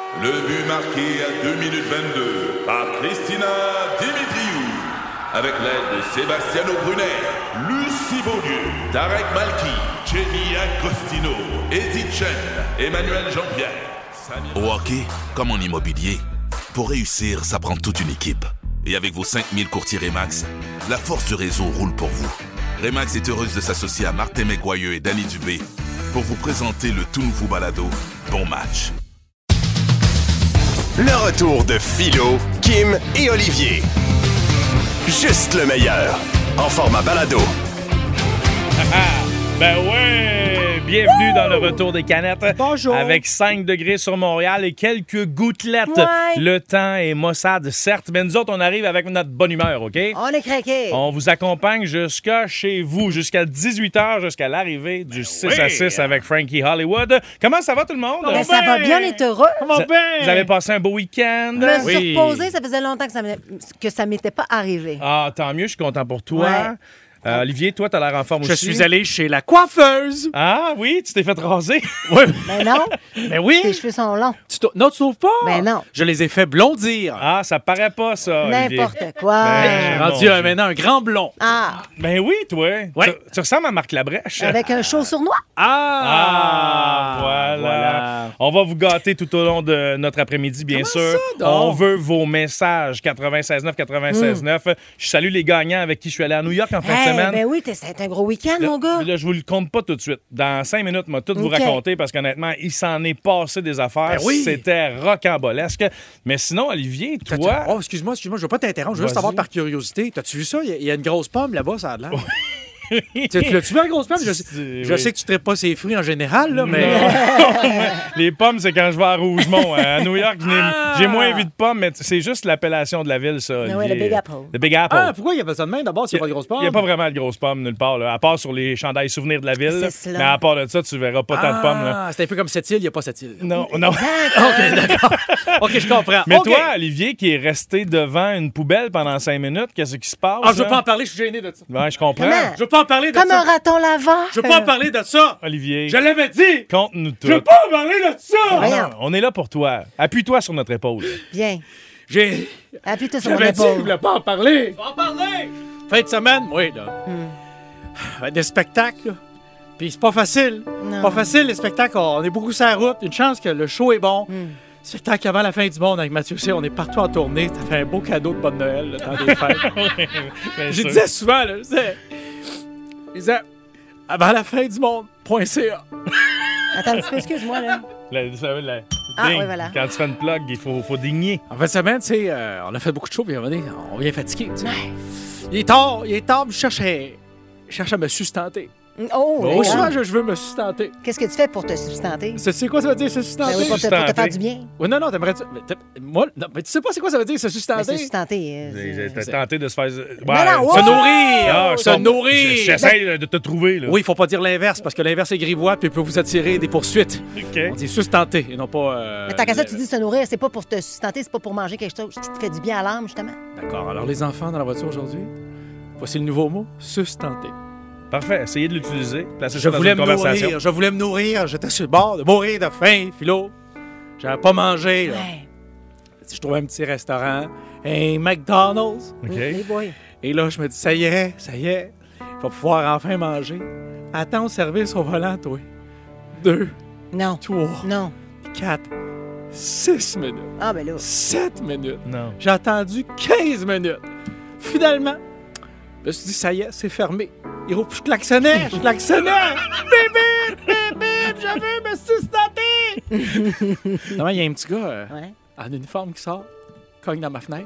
Le but marqué à 2 minutes 22 par Christina Dimitriou. Avec l'aide de Sebastiano Brunet, Lucie Beaulieu, Tarek Malki, Jenny Agostino, Eddie Chen, Emmanuel Jean-Pierre. Au hockey, comme en immobilier, pour réussir, ça prend toute une équipe. Et avec vos 5000 courtiers Remax, la force du réseau roule pour vous. Remax est heureuse de s'associer à Martin McGuire et Danny Dubé pour vous présenter le tout nouveau balado Bon Match. Le retour de Philo, Kim et Olivier. Juste le meilleur. En format balado. Ben ouais! Bienvenue dans le retour des canettes. Bonjour. Avec 5 degrés sur Montréal et quelques gouttelettes. Ouais. Le temps est maussade, certes, mais nous autres, on arrive avec notre bonne humeur, OK? On est craqués. On vous accompagne jusqu'à chez vous, jusqu'à 18h, jusqu'à l'arrivée du 6 à 6 avec Frankie Hollywood. Comment ça va tout le monde? Ben, ça va bien, on est heureux. Vous avez passé un beau week-end? Je me suis reposée, ça faisait longtemps que ça m'était pas arrivé. Ah, tant mieux, je suis content pour toi. Ouais. Olivier, toi, t'as l'air en forme Je aussi. suis allé chez la coiffeuse. Ah oui, tu t'es fait raser? Oui. Ben non, Mais oui. tes cheveux sont longs. Non, tu trouves pas? Ben non. Je les ai fait blondir. Ah, ça paraît pas, ça, Olivier. N'importe quoi. Ben, J'ai mon rendu Dieu. maintenant un grand blond. Ah, Ben oui, toi. Ouais. Tu ressembles à Marc Labrèche. avec un chaud sournois. Voilà. On va vous gâter tout au long de notre après-midi, bien sûr. ça, donc? On veut vos messages. 96.9, 96.9. Je salue les gagnants avec qui je suis allé à New York en fin de semaine. Ben oui, c'est un gros week-end, mon gars. Là, je vous le compte pas tout de suite. Dans 5 minutes, je vais tout vous OK. raconter parce qu'honnêtement, il s'en est passé des affaires. Ben oui. C'était rocambolesque. Mais sinon, Olivier, toi... Oh, excuse-moi, je veux pas t'interrompre. Je veux juste Vas-y. savoir par curiosité. T'as-tu vu ça? Il y a une grosse pomme là-bas, ça a l'air. Tu l'as-tu vu, la grosse pomme? Je Oui. sais que tu traites pas ses fruits en général, là, mais. Les pommes, c'est quand je vais à Rougemont. À New York, j'ai moins vu de pommes, mais c'est juste l'appellation de la ville, ça. oui, Olivier. le Big Apple. Le Big Apple. Ah, pourquoi il y a ça de même d'abord s'il n'y a pas de grosse pomme? Il n'y a pas vraiment de grosses pommes nulle part, là, à part sur les chandails souvenirs de la ville. C'est cela. Mais à part de ça, tu verras pas tant de pommes. Là. Ah, c'est un peu comme cette île, il n'y a pas cette île. Non, non. OK, d'accord. OK, je comprends. Mais OK. toi, Olivier, qui est resté devant une poubelle pendant 5 minutes, qu'est-ce qui se passe? Ah, je veux là? pas en parler, je suis gêné de ça. Ouais, je comprends. Comment? Je veux pas en parler de Comme un ça. raton laveur. Je veux pas en parler de ça. Olivier, Je l'avais dit. conte-nous tout. Je veux pas en parler de ça. Voyons. Non, on est là pour toi. Appuie-toi sur notre épaule. Bien. J'ai. Appuie-toi sur mon J'avais dit, je épaule. voulais pas en parler. Je vais en parler. Fin de semaine, oui, là. Des spectacles, là. Puis c'est pas facile. Non. Pas facile, les spectacles. On est beaucoup sur la route. Une chance que le show est bon. Spectacle avant la fin du monde avec Mathieu C. On est partout en tournée. T'as fait un beau cadeau de bonne Noël, le temps des fêtes. Bien Je sûr. disais souvent, là, je disais, avant la fin du monde.ca. Attends un petit peu, excuse-moi, là. Ah, oui, voilà. Quand tu fais une plug, il faut digner. En fin de semaine, tu sais, on a fait beaucoup de shows, puis à un moment donné, on vient fatigué. tu sais. Il est tard, je cherche à me sustenter. Oh, Oh. d'accord. Souvent, je veux me sustenter. Qu'est-ce que tu fais pour te sustenter? Tu sais quoi ça veut dire, se sustenter? Ben oui, pour te Sustenter. faire du bien. Oui, non, t'aimerais-tu... Moi, non, mais tu sais pas c'est quoi ça veut dire, se Ben, sustenter? se sustenter. T'as tenté de se faire... non, Se oh! nourrir! Ah, se nourrir! J'essaie de te trouver, là. Oui, il faut pas dire l'inverse, parce que l'inverse est grivois, puis il peut vous attirer des poursuites. OK. On dit sustenter, et non pas... Mais tant qu'à ça, tu dis se nourrir, c'est pas pour te sustenter, c'est pas pour manger quelque chose qui te fait du bien à l'âme, justement. D'accord, alors les enfants dans la voiture aujourd'hui, voici le nouveau mot, sustenter. Parfait. Essayez de l'utiliser. Placez Je ça dans voulais une me conversation. nourrir, je voulais me nourrir, j'étais sur le bord de mourir de faim, Philo. J'avais pas mangé, là. Ouais. Je trouvais un petit restaurant, un McDonald's. OK. Hey boy. Et là, je me dis, ça y est, il va pouvoir enfin manger. Attends au service au volant, toi. 2, Non. 3, Non. 4, 6 minutes, Ah, ben là. 7 minutes. Non. J'ai attendu 15 minutes. Finalement, je me suis dit, ça y est, c'est fermé. Il roule, je klaxonnais. Bip, bip, bip, bip, je veux me sustenter. Non, il y a un petit gars Ouais. en uniforme qui sort, cogne dans ma fenêtre.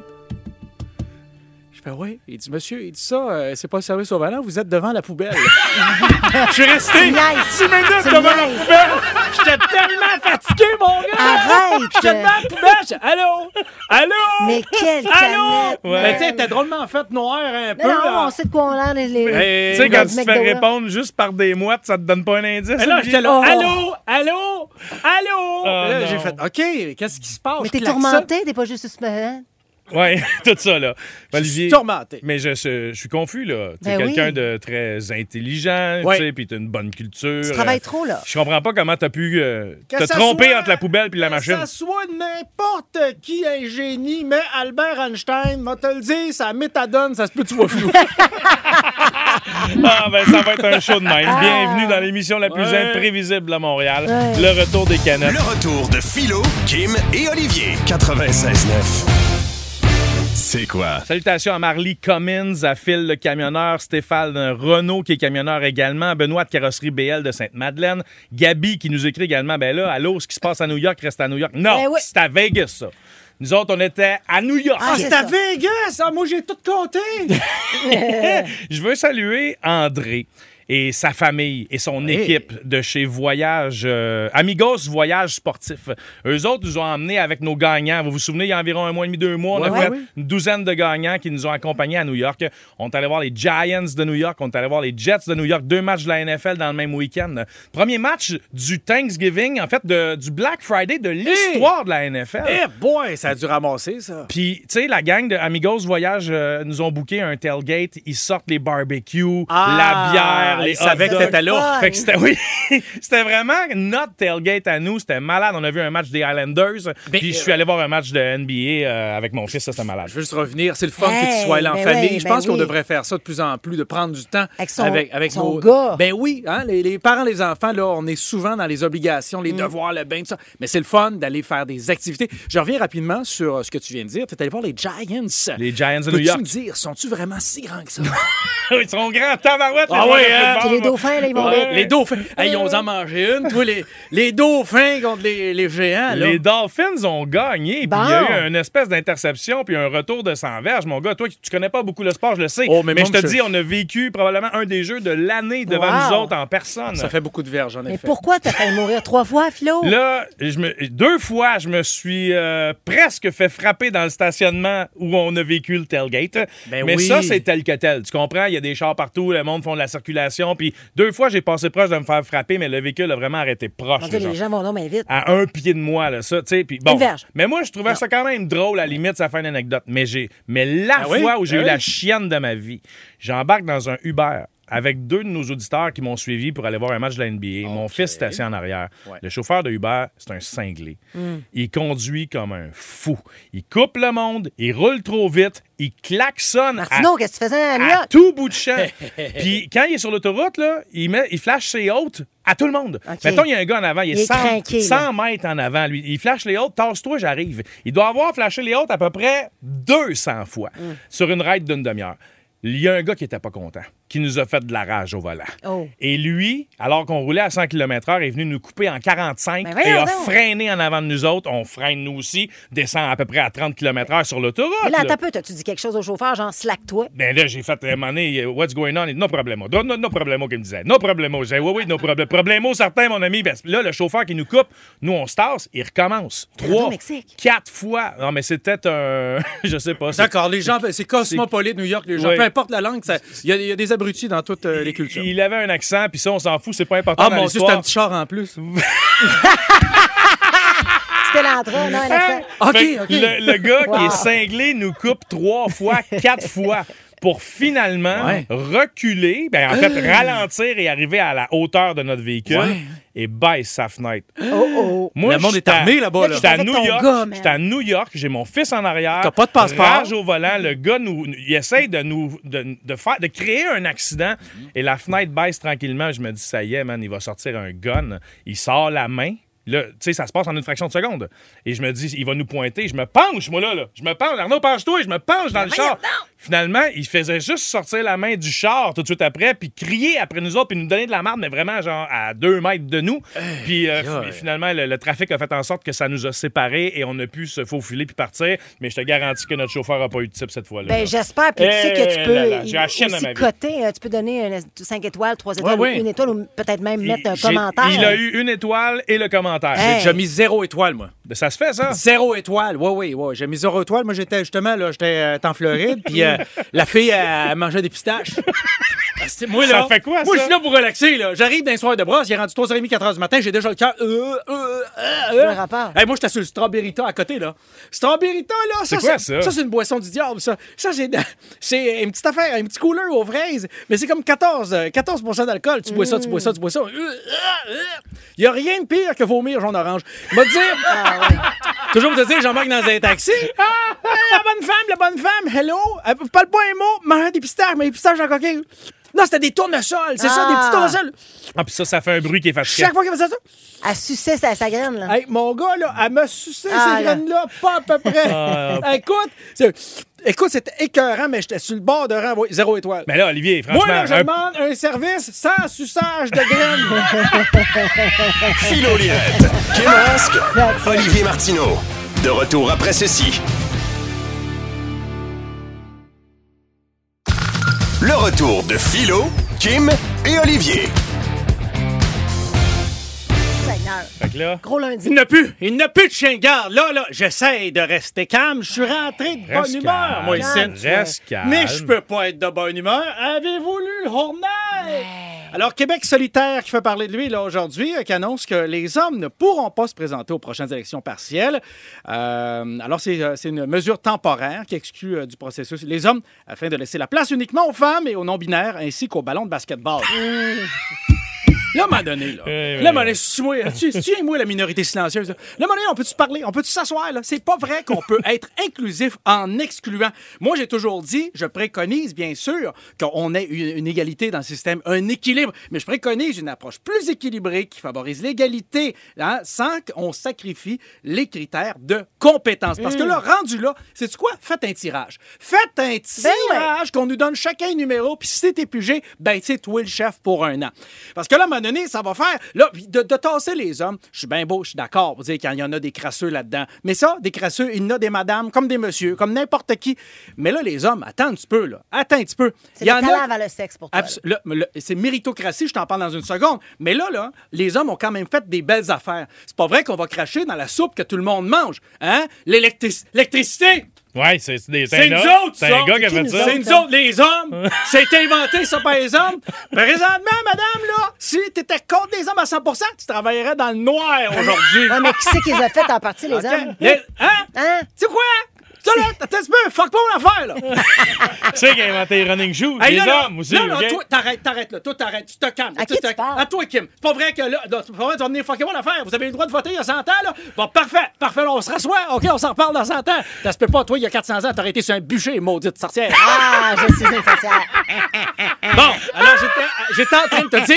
Je fais, oui. Il dit, monsieur, il dit ça, c'est pas le service au volant, vous êtes devant la poubelle. Je suis resté Nice. 10 minutes Tu devant la niaises. poubelle. J'étais tellement fatigué, mon gars. Arrête! J'étais devant la poubelle. J'étais, allô? Allô? Mais quelle Allô? canette! Mais tu sais, t'es drôlement fait noir un peu. Non, là. on sait de quoi on a les... Mais- Tu sais, quand tu te McDo, fais là. répondre juste par des mouettes, ça te donne pas un indice? Mais là, Olivier? j'étais là, Oh. allô? Allô? Allô? Oh, Là, non. j'ai fait, OK, qu'est-ce qui se passe? Mais Je t'es klaxonne. tourmenté, t'es pas juste suspect. Oui, tout ça, là. Je suis tourmenté. Mais je suis confus, là. Tu es Ben quelqu'un oui. de très intelligent, Oui. tu sais, puis tu as une bonne culture. Tu travailles trop, là. Je comprends pas comment tu as pu Que te ça tromper soit- entre la poubelle et la machine. Que ça soit n'importe qui un génie, mais Albert Einstein, va te le dire, ça méthadone, ça se peut, tu vois flou. Ah, ben, ça va être un show de même. Bienvenue dans l'émission la plus Ouais. imprévisible à Montréal. Ouais. Le retour des canettes. Le retour de Philo, Kim et Olivier. 96.9. C'est quoi? Salutations à Marly Cummins, à Phil le camionneur, Stéphane Renaud qui est camionneur également, à Benoît de Carrosserie BL de Sainte-Madeleine, Gabi qui nous écrit également, ben là, allô, ce qui se passe à New York reste à New York. Non, Ben oui. c'est à Vegas, ça. Nous autres, on était à New York. Ah, C'est c'est à ça. Vegas! Ah, moi, j'ai tout compté! Je veux saluer André et sa famille et son équipe de chez Voyage, Amigos Voyage Sportif. Eux autres nous ont emmenés avec nos gagnants. Vous vous souvenez, il y a environ 1 mois et demi, 2 mois, on a Ouais, fait ouais. une douzaine de gagnants qui nous ont accompagnés à New York. On est allé voir les Giants de New York, on est allé voir les Jets de New York, 2 matchs de la NFL dans le même week-end. Premier match du Thanksgiving, en fait, du Black Friday de l'histoire de la NFL. Eh boy, ça a dû ramasser, ça. Puis, tu sais, la gang de Amigos Voyage nous ont booké un tailgate. Ils sortent les barbecues, la bière, les ils savaient hot que dogs. t'étais là. Fait que c'était, oui, c'était vraiment notre tailgate à nous. C'était malade. On a vu un match des Highlanders. Puis je suis allé voir un match de NBA avec mon fils. Ça, c'était malade. Je veux juste revenir. C'est le fun que tu Hey, sois là en ben famille. oui, Je ben pense qu'on oui. devrait faire ça de plus en plus, de prendre du temps Avec son nos gars. Ben oui, hein, les parents, les enfants, là, on est souvent dans les obligations, les devoirs, le bain, tout ça. Mais c'est le fun d'aller faire des activités. Je reviens rapidement sur ce que tu viens de dire. Tu es allé voir les Giants. Les Giants de New Peux-tu York. me dire, sont-tu vraiment si grands que ça? Ils sont grands, tabarouette. Ah les ouais, joueurs de hein? football, Puis les moi. dauphins, là, ils vont Ouais. vite. Les dauphins. Hey, ils ont en mangé une. Toi, les dauphins contre les géants. Là. Les Dolphins ont gagné, puis Bon. il y a eu une espèce d'interception, puis un retour de 100 verges. Mon gars, toi, tu connais pas beaucoup le sport, je le sais. Oh, mais mais moi, je te je- dis, on a vécu probablement un des jeux de l'année devant Wow. nous autres en personne. Ça fait beaucoup de verges, en Mais effet. pourquoi t'as failli mourir 3 fois, Philo? Là, 2 fois, je me suis presque fait frapper dans le stationnement où on a vécu le tailgate. Ben mais oui. ça, c'est tel que tel. Tu comprends? Il y a des chars partout, le monde font de la circulation. Puis 2 fois, j'ai passé proche de me faire frapper, mais le véhicule a vraiment arrêté proche. Mon là, Dieu, genre. les gens vont donc bien vite. À 1 pied de moi, là, ça, tu sais. Puis bon. Une verge. Mais moi, je trouvais ça quand même drôle, à la limite, ça fait une anecdote. Mais la Ah oui? fois où j'ai Ah eu oui? la chienne de ma vie, j'embarque dans un Uber avec 2 de nos auditeurs qui m'ont suivi pour aller voir un match de la NBA. Mon fils est assis en arrière. Ouais. Le chauffeur de Uber, c'est un cinglé. Il conduit comme un fou. Il coupe le monde, il roule trop vite, il klaxonne Martino, qu'est-ce que tu faisais à New à York? tout bout de champ. Puis quand il est sur l'autoroute, là, il flash ses hôtes à tout le monde. OK. Mettons, il y a un gars en avant, il est, Il est 100, craqué, là. 100 mètres en avant. Lui, il flash les hôtes, tasse-toi, j'arrive. Il doit avoir flashé les hôtes à peu près 200 fois sur une ride d'une demi-heure. Il y a un gars qui était pas content, qui nous a fait de la rage au volant. Oh. Et lui, alors qu'on roulait à 100 km/h, est venu nous couper en 45 Ben et voyons a donc. freiné en avant de nous autres. On freine nous aussi, descend à peu près à 30 km/h sur l'autoroute. Mais là, là. attends un peu, t'as-tu dit quelque chose au chauffeur, genre slack-toi? Ben là, j'ai fait, à un moment donné, what's going on? No problemo. No problemo, qu'il me disait. No problemo. J'ai dit, oui, no problemo. Problemo, certain, mon ami. Ben, là, le chauffeur qui nous coupe, nous, on se tasse, il recommence. Canada, 3, Mexique. 4 fois. Non, mais c'était un... je sais pas. D'accord, les gens, c'est cosmopolite, New York, les gens, Ouais. peu importe la langue, il y a des abrutis dans toutes les cultures. Il avait un accent, puis ça, on s'en fout, c'est pas important Ah dans mon Dieu, c'est l'histoire. un petit char en plus. C'était l'entrée, non, l'accent. OK, Fait que OK. le gars qui Wow. est cinglé nous coupe 3 fois, 4 fois pour finalement Ouais. reculer, ben en fait ralentir et arriver à la hauteur de notre véhicule Ouais. et baisse sa fenêtre. Oh, Moi, Le monde est j'étais à- armé là-bas. Là. J'étais à Avec New ton York. gars, man. J'étais à New York. J'ai mon fils en arrière. T'as pas de passeport? Rage au volant. Le gars il essaye de créer un accident et la fenêtre baisse tranquillement. Je me dis, ça y est, man, il va sortir un gun. Il sort la main. Là, tu sais, ça se passe en une fraction de seconde. Et je me dis, il va nous pointer. Je me penche, moi, là. Je me penche. Arnaud, penche-toi. Je me penche dans le char. Finalement, il faisait juste sortir la main du char tout de suite après, puis crier après nous autres, puis nous donner de la marde, mais vraiment, genre, à 2 mètres de nous. Puis finalement, le trafic a fait en sorte que ça nous a séparés et on a pu se faufiler puis partir. Mais je te garantis que notre chauffeur n'a pas eu de type cette fois-là. Ben, là. j'espère. Puis tu sais que tu Eh peux là là, j'ai la chienne à aussi ma vie. coter. Tu peux donner 5 étoiles, 3 étoiles, Ouais, ouais. ou 1 étoile, ou peut-être même mettre un J'ai- commentaire. Il a eu 1 étoile et le commentaire. Hey. J'ai déjà mis 0 étoile, moi. Ça se fait, ça? 0 étoile. Oui. J'ai mis 0 étoile. Moi, j'étais en Floride, puis la fille, elle mangeait des pistaches. Moi, là, ça fait quoi, ça? Moi, je suis là pour relaxer. Là. J'arrive d'un soir de brosse, il est rendu 3h30, 4h du matin, j'ai déjà le cœur. Le rapport. Hey, moi, j'étais sur le Strawberryta à côté, là. Strawberryta, là, c'est quoi, ça? Ça, c'est une boisson du diable, ça. Ça, c'est une petite affaire, un petit cooler aux fraises, mais c'est comme 14 d'alcool. Tu bois ça. Il n'y a rien de pire que vomir jaune orange. Va te dire... Toujours te dire, j'embarque dans un taxi. La bonne femme, hello. Elle parle pas un mot, mange des pistaches, mais des pistaches en coquille. Non, c'était des tournesols, c'est ça, des petits tournesols. Ah, puis ça fait un bruit qui est fatigant. Chaque fois qu'elle faisait ça. Elle suçait sa graine, là. Hey, mon gars, là, elle m'a sucé ces graines-là, pas à peu près. Écoute, c'était écœurant, mais j'étais sur le bord de rang. 0 étoile. Mais là, Olivier, franchement... Moi, là, je demande un service sans suçage de graines. Philo Lirette, Kim Rask, Olivier Martineau. De retour après ceci. Le retour de Philo, Kim et Olivier. Seigneur. Fait que là... Gros lundi. Il n'a plus de chien de garde. Là, j'essaie de rester calme. Je suis rentré de bonne humeur, moi, ici. Reste calme. Mais je peux pas être de bonne humeur. Avez-vous lu le journal? Alors, Québec solidaire qui fait parler de lui là aujourd'hui, qui annonce que les hommes ne pourront pas se présenter aux prochaines élections partielles. Alors, c'est une mesure temporaire qui exclut du processus les hommes afin de laisser la place uniquement aux femmes et aux non-binaires ainsi qu'aux ballons de basketball. Là, à un moment donné, là, à un moment donné, tu moi la minorité silencieuse. Là, à un moment donné, on peut-tu parler? On peut-tu s'asseoir? Là? C'est pas vrai qu'on peut être inclusif en excluant. Moi, j'ai toujours dit, je préconise, bien sûr, qu'on ait une égalité dans le système, un équilibre, mais je préconise une approche plus équilibrée qui favorise l'égalité, hein, sans qu'on sacrifie les critères de compétence. Parce que là, rendu là, sais-tu quoi? Faites un tirage. Faites un tirage qu'on nous donne chacun un numéro, puis si c'est épugé, ben, tu sais, toi le chef pour un an. Parce que là, à un moment donné, ça va faire... Là, de tasser les hommes, je suis bien beau, je suis d'accord pour dire qu'il y en a des crasseux là-dedans. Mais ça, des crasseux, il y en a des madames, comme des messieurs, comme n'importe qui. Mais là, les hommes, attends un petit peu, là. Attends un petit peu. C'est le talent vers le sexe pour toi. C'est méritocratie, je t'en parle dans une seconde. Mais là, les hommes ont quand même fait des belles affaires. C'est pas vrai qu'on va cracher dans la soupe que tout le monde mange. Hein? L'électricité! Ouais, c'est nous autres, c'est un gars qui a fait ça. C'est nous autres, les hommes. C'est inventé, ça, par les hommes. Présentement, madame, là, si t'étais contre les hommes à 100%, tu travaillerais dans le noir aujourd'hui. Ouais, mais qui c'est qui les a fait en partie, les hommes? Hein? Tu sais quoi? Ça, là, attends un petit peu, fuck pas mon affaire, là. Tu sais qui a inventé les running shoes, les hommes aussi. Non, toi, t'arrêtes, là. Toi, t'arrêtes, tu te calmes. À qui tu parles? À toi, Kim. C'est pas vrai que là, c'est pas vrai, tu vas venir fucker mon affaire. Vous avez le droit de voter il y a 100 ans, là. Bon, parfait, là, on se rassoit. OK, on s'en reparle dans 100 ans. Ça se peut pas, toi, il y a 400 ans, t'aurais été sur un bûcher, maudite sorcière. Ah, je suis une sorcière. Bon, alors, j'étais en train de te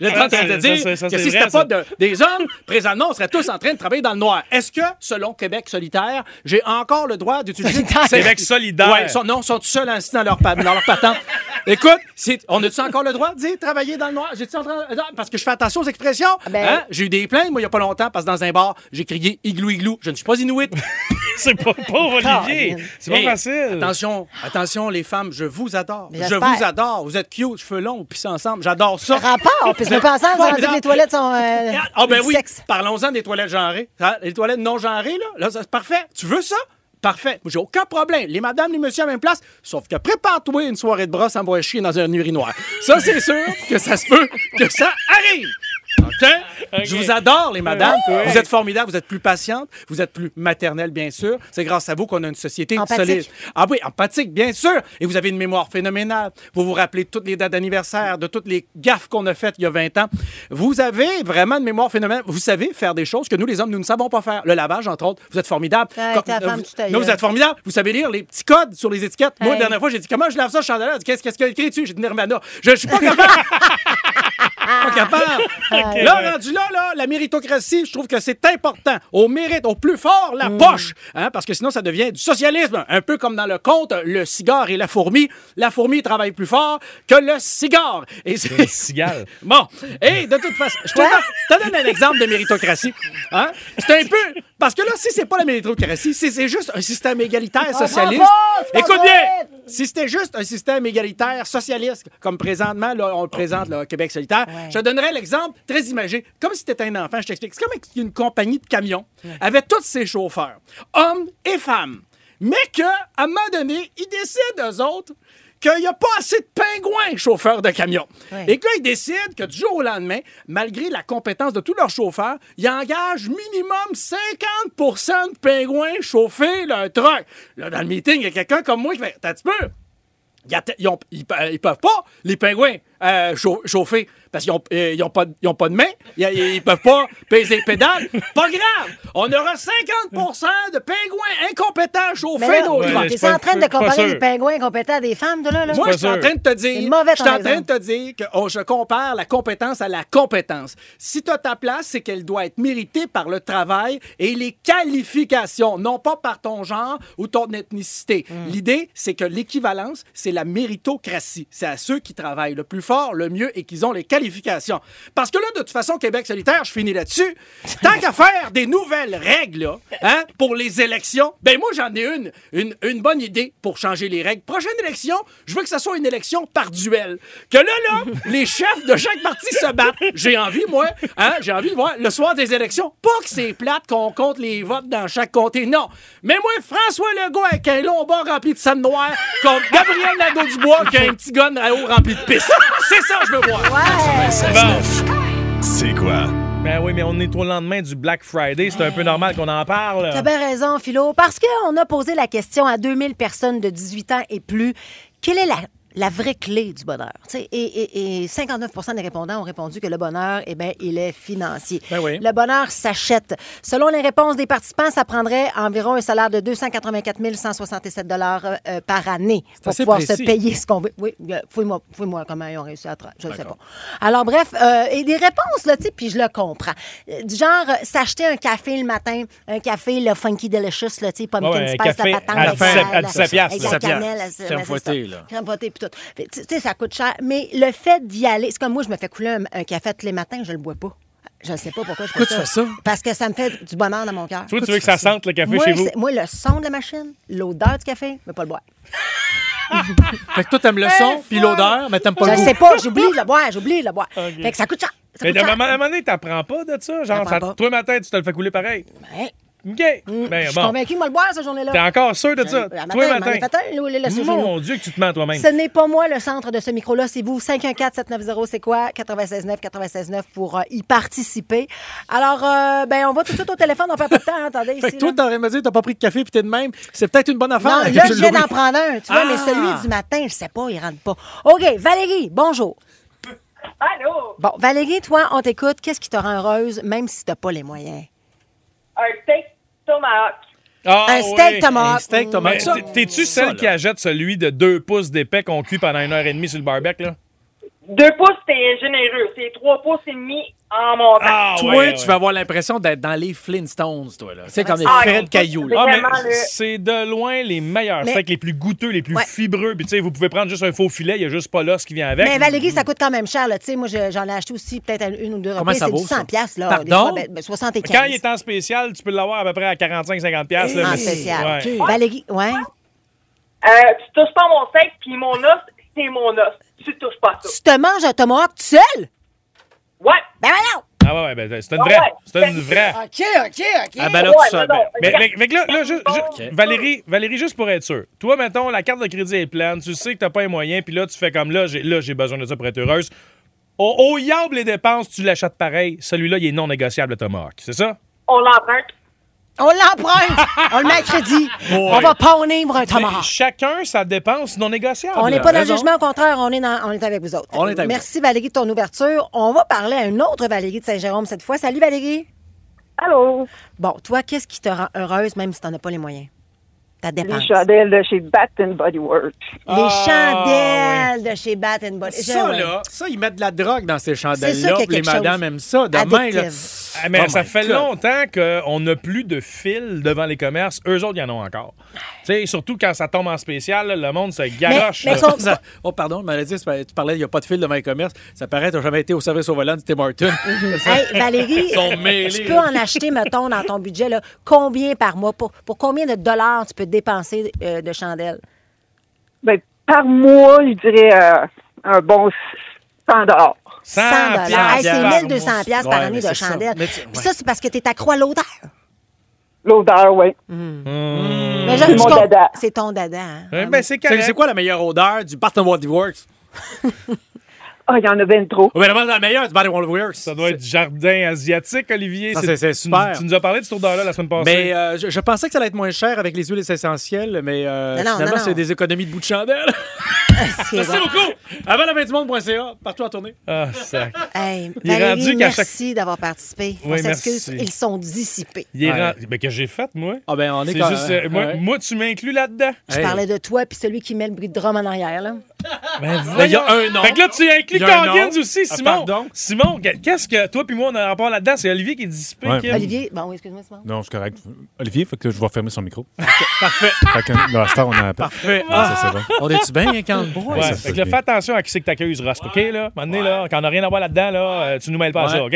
dire, que si c'était pas des hommes, présentement, on serait tous en train de travailler dans le noir. Est-ce que, selon Québec solidaire, j'ai encore le droit d'utiliser... Québec solidaire. Ouais, ils sont tout seuls assis dans leur patente. Écoute, on a-tu encore le droit de dire travailler dans le noir? Parce que je fais attention aux expressions. Hein? J'ai eu des plaintes, moi, il n'y a pas longtemps, parce que dans un bar, j'ai crié igloo, igloo. Je ne suis pas inuit. C'est pas pauvre, Olivier. C'est pas facile. Attention, les femmes, je vous adore. Je vous adore. Vous êtes cute, cheveux longs, puis ensemble. J'adore ça. Rapport, puis je me pense ensemble, que les toilettes sont. Ben oui. Parlons-en des toilettes genrées. Les toilettes non genrées, là, c'est parfait. Tu veux ça? Parfait. J'ai aucun problème. Les madames, les messieurs à la même place. Sauf que prépare-toi une soirée de brosse, ça va chier dans un urinoir. Ça, c'est sûr que ça se peut que ça arrive. OK? Je vous adore, les madames. Vous êtes formidables, vous êtes plus patientes, vous êtes plus maternelles, bien sûr. C'est grâce à vous qu'on a une société solide. Ah oui, empathique, bien sûr. Et vous avez une mémoire phénoménale. Vous vous rappelez de toutes les dates d'anniversaire, de toutes les gaffes qu'on a faites il y a 20 ans. Vous avez vraiment une mémoire phénoménale. Vous savez faire des choses que nous, les hommes, nous ne savons pas faire. Le lavage, entre autres. Vous êtes formidables. Vous êtes formidables. Vous savez lire les petits codes sur les étiquettes. Moi, la dernière fois, j'ai dit comment je lave ça, chandelier. Qu'est-ce qu'il y a écrit dessus? J'ai dit Nirvana. Je suis pas capable. Pas capable. Là, rendu là, la méritocratie, je trouve que c'est important. Au mérite, au plus fort, la poche. Hein, parce que sinon, ça devient du socialisme. Un peu comme dans le conte, le cigare et la fourmi. La fourmi travaille plus fort que le cigare. Et c'est le cigare. Bon. Et de toute façon, je te donne un exemple de méritocratie. Hein? C'est un peu... Parce que là, si c'est pas la méritocratie, c'est juste un système égalitaire socialiste. Écoute bien! Si c'était juste un système égalitaire socialiste, comme présentement, là, on le présente là, au Québec solidaire, je te donnerais l'exemple très imagé. Comme si tu étais un enfant, je t'explique. C'est comme une compagnie de camions avec tous ses chauffeurs, hommes et femmes. Mais qu'à un moment donné, ils décident, eux autres, qu'il n'y a pas assez de pingouins chauffeurs de camions. Et que là, ils décident que du jour au lendemain, malgré la compétence de tous leurs chauffeurs, ils engagent minimum 50% de pingouins chauffer leur truck. Là, dans le meeting, il y a quelqu'un comme moi qui fait « T'as un petit peu? » Ils peuvent pas, les pingouins, chauffer. Parce qu'ils n'ont pas de main, ils peuvent pas peser les pédales. Pas grave! On aura 50% de pingouins incompétents à chauffer nos trucks. T'es en train de comparer les pingouins incompétents à des femmes, là? Moi, je suis en train de te dire que je compare la compétence à la compétence. Si tu as ta place, c'est qu'elle doit être méritée par le travail et les qualifications, non pas par ton genre ou ton ethnicité. L'idée, c'est que l'équivalence, c'est la méritocratie. C'est à ceux qui travaillent le plus fort, le mieux et qui ont les qualifications. Parce que là, de toute façon, Québec solitaire, je finis là-dessus. Tant qu'à faire des nouvelles règles là, pour les élections, ben moi, j'en ai une bonne idée pour changer les règles. Prochaine élection, je veux que ça soit une élection par duel. Que là, les chefs de chaque parti se battent. J'ai envie, moi, j'ai envie de voir le soir des élections, pas que c'est plate qu'on compte les votes dans chaque comté, non. Mais moi, François Legault avec un long bas rempli de sable noire, contre Gabriel Nadeau-Dubois qui a un petit gun à eau rempli de pisse. C'est ça que je veux voir. C'est quoi? Ben oui, mais on est au lendemain du Black Friday. C'est un peu normal qu'on en parle. T'as bien raison, Philo, parce qu'on a posé la question à 2000 personnes de 18 ans et plus. Quelle est la vraie clé du bonheur? Et 59 des répondants ont répondu que le bonheur, il est financier. Ben oui. Le bonheur s'achète. Selon les réponses des participants, ça prendrait environ un salaire de 284 167 $ par année pour pouvoir se payer ce qu'on veut. Oui, fouille-moi comment ils ont réussi à je ne sais pas. Alors, bref, et des réponses, là, puis je le comprends. Du genre, s'acheter un café le matin, un café, le Funky Delicious, là, pumpkin spice, la patente. À 17 piastres. Avec la cannelle. Crème fouettée, là. Crème fouettée, puis tout. Tu sais, ça coûte cher. Mais le fait d'y aller, c'est comme moi, je me fais couler un café tous les matins, je le bois pas. Je ne sais pas pourquoi je fais ça. Pourquoi tu fais ça? Parce que ça me fait du bonheur dans mon cœur. Toi, tu veux que ça sente le café chez vous? Moi, le son de la machine, l'odeur du café, mais pas le boire. Fait que toi, t'aimes le son puis l'odeur, mais t'aimes pas le goût. Je sais pas, j'oublie de le boire. Okay. Fait que ça coûte cher. Mais à un moment donné, t'apprends pas de ça? Genre, toi, matin, tu te le fais couler pareil? Ouais. OK. Je suis convaincu de me le boire, cette journée-là. T'es encore sûr de ça? Toi, matin. Mon Dieu, que tu te mens toi-même. Ce n'est pas moi le centre de ce micro-là, c'est vous. 514-790, c'est quoi? 96.9 pour y participer. Alors, on va tout de suite au téléphone, on perd pas de temps. Attendez, fait que toi, t'aurais me dire, t'as pas pris de café puis t'es de même. C'est peut-être une bonne affaire. Non, là, je viens d'en prendre un, tu vois, mais celui du matin, je sais pas, il rentre pas. OK, Valérie, bonjour. Allô? Bon, Valérie, toi, on t'écoute. Qu'est-ce qui te rend heureuse, même si t'as pas les moyens? Un steak tomahawk. Un steak tomahawk. Un steak tomahawk. T'es-tu celle qui achète celui de 2 pouces d'épais qu'on cuit pendant 1h30 sur le barbecue, là? 2 pouces, c'est généreux. C'est 3 pouces et demi en montant. Toi, tu vas avoir l'impression d'être dans les Flintstones, toi, là. C'est comme les Fred Caillou, là. Mais c'est de loin les meilleurs steaks, les plus goûteux, les plus fibreux. Puis, tu sais, vous pouvez prendre juste un faux filet, il y a juste pas l'os qui vient avec. Mais Valérie, ça coûte quand même cher, là. Tu sais, moi, j'en ai acheté aussi peut-être une ou deux reprises. Ça vaut, c'est du 100$, là. Pardon? Des fois, 75$. Quand il est en spécial, tu peux l'avoir à peu près à 45-50$. En spécial. Ouais. Valérie, Tu touches pas mon steak, puis mon os, c'est mon os. Tu touches pas ça. Tu te manges un tomahawk tout seul? Ouais. Ben voyons! Ah ouais, c'est une vraie. C'est une vraie. OK. Ah ben là, tout seul. Mais là, Valérie, juste pour être sûr. Toi, mettons, la carte de crédit est pleine, tu sais que t'as pas les moyens, puis là, tu fais comme là, j'ai besoin de ça pour être heureuse. Au yable les dépenses, tu l'achètes pareil. Celui-là, il est non négociable, le tomahawk. C'est ça? On l'emprunte. On l'emprunte! On le met à crédit. On va pawner pour un tomahawk. Chacun sa dépense non négociable. On n'est pas dans le jugement, au contraire, on est avec vous autres. Merci Valérie de ton ouverture. On va parler à une autre Valérie de Saint-Jérôme cette fois. Salut Valérie. Allô. Bon, toi, qu'est-ce qui te rend heureuse même si tu n'en as pas les moyens? Ta dépense. Les chandelles de chez Bath & Body Works. Les chandelles de chez Bath & Body Works. Ça, ils mettent de la drogue dans ces chandelles-là. Les madames aiment ça. Demain, là. Mais ça fait longtemps qu'on n'a plus de fil devant les commerces. Eux autres, ils en ont encore. Tu sais, surtout quand ça tombe en spécial, là, le monde se garoche. Oh, pardon, tu parlais, il n'y a pas de fil devant les commerces. Ça paraît que tu n'as jamais été au service au volant de Tim Hortons. Hey, Valérie, tu peux en acheter, mettons, dans ton budget, là, combien par mois? Pour combien de dollars tu peux dépenser de chandelles? Ben, par mois, je dirais un bon 100 $. 100 Hey, c'est par 1200 mois. par Ouais, année mais de c'est ça. chandelle. Mais Puis ça, c'est parce que t'es accro à l'odeur. L'odeur, oui. Mais C'est mon dada. C'est ton dada. Hein? Ouais, ben, c'est correct. C'est quoi la meilleure odeur du Bath & Body Works? Ah, il y en a bien trop. Oui, mais la meilleure du Bath & Body Works. Ça doit être jardin asiatique, Olivier. Ça, c'est super. Tu nous as parlé de cette odeur-là la semaine passée. Mais je pensais que ça allait être moins cher avec les huiles essentielles, mais finalement, c'est des économies de bout de chandelle. C'est Merci bon. beaucoup. Avant la monde.ca, partout en tournée. Ah, sac. Hey, Il est Valérie, rendu qu'à merci d'avoir participé. On Oui, s'excuse, merci. ils sont dissipés. Il est Ouais. rendu... Ben, que j'ai fait, moi. Ah ben, on est C'est quand juste... même. moi, tu m'inclus là-dedans. Je parlais de toi puis celui qui met le bruit de drum en arrière. Là. Ben, Ben, il y a un nom. Fait que là, tu inclus Il y a un Coggins nom. aussi, Ah, Simon. pardon? Simon, qu'est-ce que toi puis moi, on a un rapport là-dedans? C'est Olivier qui est dissipé, Ouais. Kim. Olivier, bon, oui, excuse-moi, Simon. Non, c'est correct. Olivier, fait que je vais fermer son micro. Parfait. Fait que, là, à cette heure, on a appel. Parfait. Ça, c'est bon. On est-tu bien, hein, quand boy? Ouais, ça, fait que c'est là, bien. fais attention à qui c'est que t'accuses, Rosk, OK, là? À un moment donné, là, quand on n'a rien à voir là-dedans, là, tu nous mêles pas à ça, OK?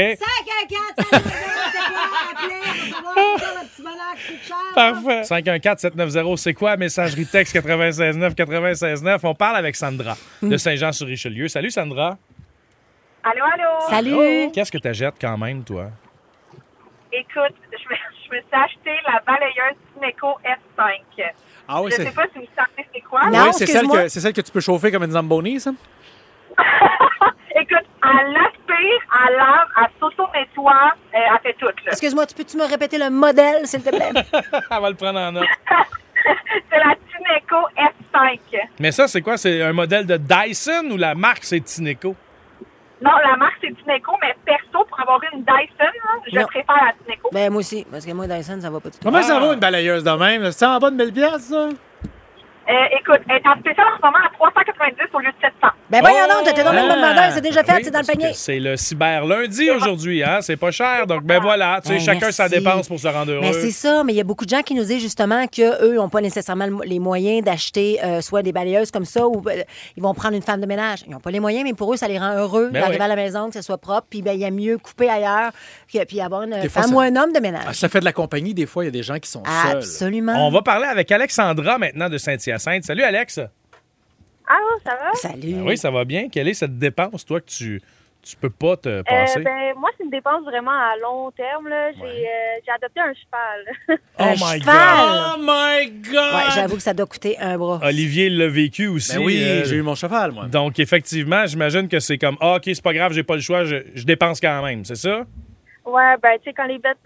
514 Parfait. 514-790, c'est quoi? Messagerie texte 96.9. On parle avec Sandra de Saint-Jean-sur-Richelieu. Salut, Sandra. Allô, allô? Salut! Qu'est-ce que t'achètes quand même, toi? Écoute, je me suis acheté la balayeuse Tineco F5. Ah oui, Je c'est... sais pas si vous savez c'est quoi. Non. Oui, c'est excuse-moi. celle que tu peux chauffer comme une Zamboni, ça? Écoute, elle aspire, elle lave, elle s'auto-nettoie, elle fait tout, là. Excuse-moi, peux-tu me répéter le modèle, s'il te plaît? On va le prendre en note. C'est la Tineco F5. Mais ça, c'est quoi? C'est un modèle de Dyson ou la marque, c'est Tineco? Non, la marque, c'est Tineco, mais perso, pour avoir une Dyson, là, je Non. préfère la Tineco. Ben, moi aussi, parce que moi, Dyson, ça va pas du tout. Comment ça vaut une balayeuse de même? C'est en bas de 1000 piastres, ça? Écoute, elle est en spécial en ce moment à 390 au lieu de 700. Ben, voyons donc, t'étais dans le même Ah. modèle, c'est déjà fait, Oui, c'est dans le parce panier. que c'est le cyber lundi aujourd'hui, hein? C'est pas cher. Donc, ben voilà, tu sais, Ben, chacun sa merci. dépense pour se rendre heureux. Mais c'est ça, mais il y a beaucoup de gens qui nous disent justement qu'eux n'ont pas nécessairement les moyens d'acheter soit des balayeuses comme ça ou ils vont prendre une femme de ménage. Ils n'ont pas les moyens, mais pour eux, ça les rend heureux Ben d'arriver oui. à la maison, que ce soit propre, puis ben, il y a mieux couper ailleurs, puis avoir une Des fois, femme ça- ou un homme de ménage. Ah, ça fait de la compagnie, des fois, il y a des gens qui sont seuls. Absolument. On va parler avec Alexandra maintenant de Saint-Hyacinthe. Salut, Alex. Allô, ça va? Salut. Ben oui, ça va bien. Quelle est cette dépense, toi, que tu peux pas te passer? Moi, c'est une dépense vraiment à long terme. Là. J'ai adopté un cheval. Oh Un my cheval. Oh my God! Ouais, j'avoue que ça doit coûter un bras. Olivier l'a vécu aussi. Ben oui, j'ai eu mon cheval, moi. Donc, effectivement, j'imagine que c'est comme, OK, c'est pas grave, j'ai pas le choix, je dépense quand même, c'est ça? Ouais, ben, tu sais, quand les billes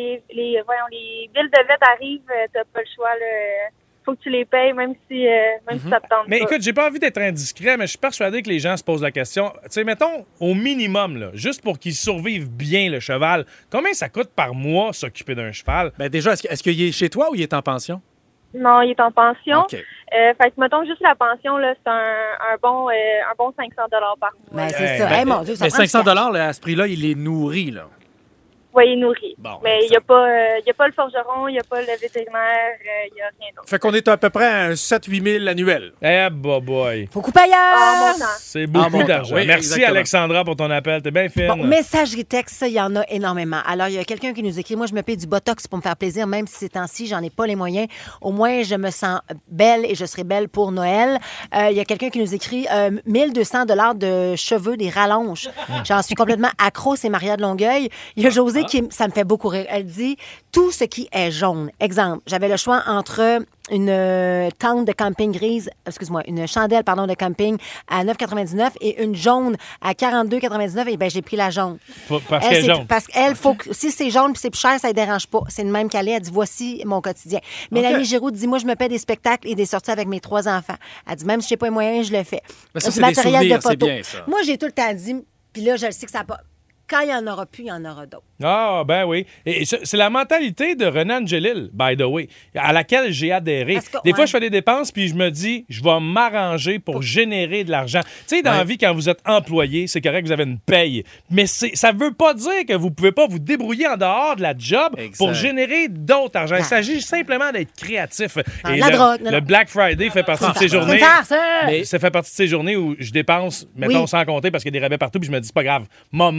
de vet arrivent, t'as pas le choix, là. Faut que tu les payes, même si ça te tente Mais pas. écoute, j'ai pas envie d'être indiscret, mais je suis persuadé que les gens se posent la question. Tu sais, mettons, au minimum, là, juste pour qu'ils survivent bien, le cheval, combien ça coûte par mois s'occuper d'un cheval? Ben déjà, est-ce qu'il est chez toi ou il est en pension? Non, il est en pension. OK. Fait que, mettons, juste la pension, là, c'est un bon 500 $ par mois. Ben, c'est Hey, ça. ben, Hey, mon Dieu, ça Mais prend du 500 cash. là, à ce prix-là, il est nourri, là. Oui, il est nourri. Bon, mais il n'y a pas le forgeron, il n'y a pas le vétérinaire, il n'y a rien d'autre. Fait qu'on est à peu près à un 7-8 000 annuel. Eh, boy. Faut couper ailleurs. Ah, mon temps. C'est beaucoup mon temps, d'argent. oui, Merci, exactement. Alexandra, pour ton appel. T'es bien fine. Bon, messagerie texte, ça, il y en a énormément. Alors, il y a quelqu'un qui nous écrit, moi, je me paye du Botox pour me faire plaisir, même si ces temps-ci, j'en ai pas les moyens. Au moins, je me sens belle et je serai belle pour Noël. Il y a quelqu'un qui nous écrit 1200 $ de cheveux, des rallonges. J'en suis complètement accro, c'est Maria de Longueuil. Il y a José qui, ça me fait beaucoup rire. Elle dit, tout ce qui est jaune. Exemple, j'avais le choix entre une tente de camping grise, excuse-moi, une chandelle, pardon, de camping à 9,99 et une jaune à 42,99. Et bien, j'ai pris la jaune. Parce Elle, qu'elle est c'est- jaune. Parce qu'elle, faut que, si c'est jaune puis c'est plus cher, ça ne dérange pas. C'est le même qu'elle est. Elle dit, voici mon quotidien. Mélanie Giroux dit, moi, je me paie des spectacles et des sorties avec mes 3 enfants. Elle dit, même si je n'ai pas les moyens, je le fais. Mais ça, Du c'est des matériel souvenirs, de c'est photo. bien, ça. Moi, j'ai tout le temps dit, puis là, je le sais que ça n'a pas... Quand il n'y en aura plus, il y en aura d'autres. Ah, ben oui. Et c'est la mentalité de Renan Angelil, by the way, à laquelle j'ai adhéré. Parce que- Des fois, ouais. je fais des dépenses, puis je me dis, je vais m'arranger pour générer de l'argent. Tu sais, dans la vie, quand vous êtes employé, c'est correct, vous avez une paye. Mais ça veut pas dire que vous pouvez pas vous débrouiller en dehors de la job Exact. pour générer d'autres argent. Il Ah. s'agit simplement d'être créatif. Ah, la drogue, non, le non. Black Friday fait partie de ces C'est une journées. farce, hein? Mais ça fait partie de ces journées où je dépense, mettons, Oui. sans compter parce qu'il y a des rabais partout, puis je me dis, c'est pas grave, m'arranger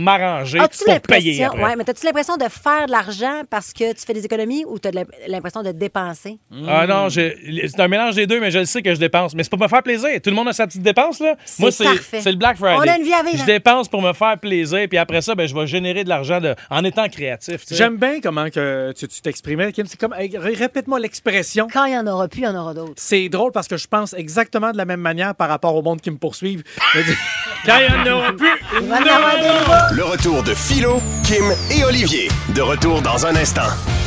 manger pour payer après. Oui, mais as-tu l'impression de faire de l'argent parce que tu fais des économies ou tu as l'impression de dépenser? Ah non, c'est un mélange des deux, mais je le sais que je dépense. Mais c'est pour me faire plaisir. Tout le monde a sa petite dépense, là. Moi, c'est le Black Friday. On a une vie à vivre. Je dépense pour me faire plaisir, puis après ça, je vais générer de l'argent en étant créatif. T'sais. J'aime bien comment que tu t'exprimais, Kim. C'est comme, répète-moi l'expression. Quand il n'y en aura plus, il y en aura d'autres. C'est drôle parce que je pense exactement de la même manière par rapport au monde qui me poursuivent. Quand il n'y en aura plus, il y en aura d'autres. Le retour de Philo, Kim et Olivier. De retour dans un instant.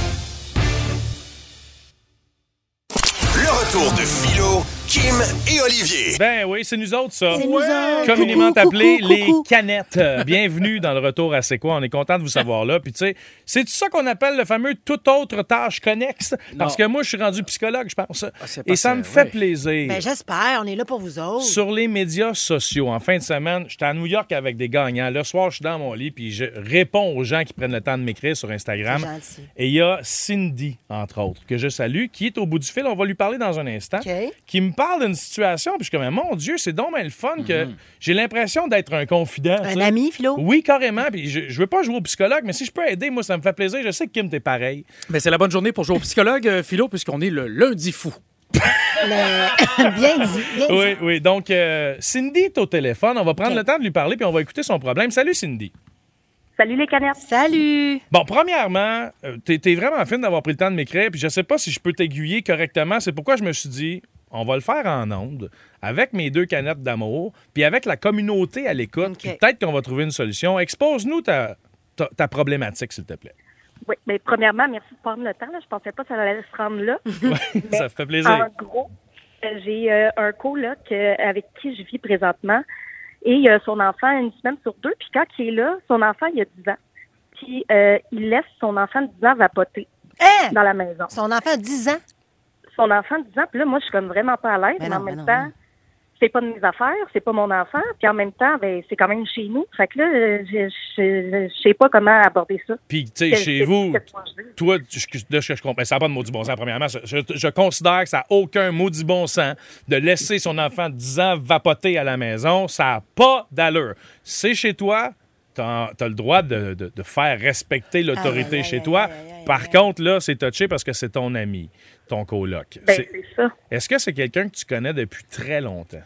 Le retour de Philo, Kim et Olivier. Ben oui, c'est nous autres, ça. C'est nous autres. Communément appelés les coucou. canettes. Bienvenue dans le retour à C'est quoi? On est content de vous savoir là. Puis tu sais, c'est ça qu'on appelle le fameux toute autre tâche connexe? Parce que moi, je suis rendu psychologue, je pense. Et ça me fait plaisir. Ben j'espère. On est là pour vous autres. Sur les médias sociaux, en fin de semaine, j'étais à New York avec des gagnants. Le soir, je suis dans mon lit, puis je réponds aux gens qui prennent le temps de m'écrire sur Instagram. C'est gentil. Et il y a Cindy, entre autres, que je salue, qui est au bout du fil. On va lui parler dans un instant. OK. Qui me parle d'une situation, puis je suis comme, mon Dieu, c'est donc bien le fun que j'ai l'impression d'être un confident. Un ami, Philo? Oui, carrément. Puis je veux pas jouer au psychologue, mais si je peux aider, moi, ça me fait plaisir. Je sais que Kim, t'es pareil. Mais c'est la bonne journée pour jouer au psychologue, Philo, puisqu'on est le lundi fou. Bien dit. Oui, oui. Donc, Cindy est au téléphone. On va prendre le temps de lui parler, puis on va écouter son problème. Salut, Cindy. Salut les canettes. Salut. Bon, premièrement, t'es vraiment fine d'avoir pris le temps de m'écrire, puis je sais pas si je peux t'aiguiller correctement. C'est pourquoi je me suis dit, on va le faire en ondes, avec mes 2 canettes d'amour, puis avec la communauté à l'écoute, puis peut-être qu'on va trouver une solution. Expose-nous ta problématique, s'il te plaît. Oui, mais premièrement, merci de prendre le temps. Là. Je pensais pas que ça allait se rendre là. Mais ça fait plaisir. En gros, j'ai un coloc avec qui je vis présentement. Et son enfant a 1 semaine sur 2. Puis quand il est là, son enfant, il a 10 ans. Puis il laisse son enfant de 10 ans vapoter dans la maison. Son enfant a 10 ans? Son enfant de 10 ans. Puis là, moi, je suis comme vraiment pas à l'aise. Mais en même temps, c'est pas de mes affaires, c'est pas mon enfant. Puis en même temps, ben c'est quand même chez nous. Fait que là, je sais pas comment aborder ça. Puis, tu sais, chez vous, toi, de ce que je comprends, ça n'a pas de maudit bon sens, premièrement. Je considère que ça n'a aucun maudit bon sens de laisser son enfant de 10 ans vapoter à la maison. Ça n'a pas d'allure. C'est chez toi. T'as le droit de faire respecter l'autorité chez toi. Par contre, là, c'est touché parce que c'est ton ami, ton coloc. Ben, c'est ça. Est-ce que c'est quelqu'un que tu connais depuis très longtemps?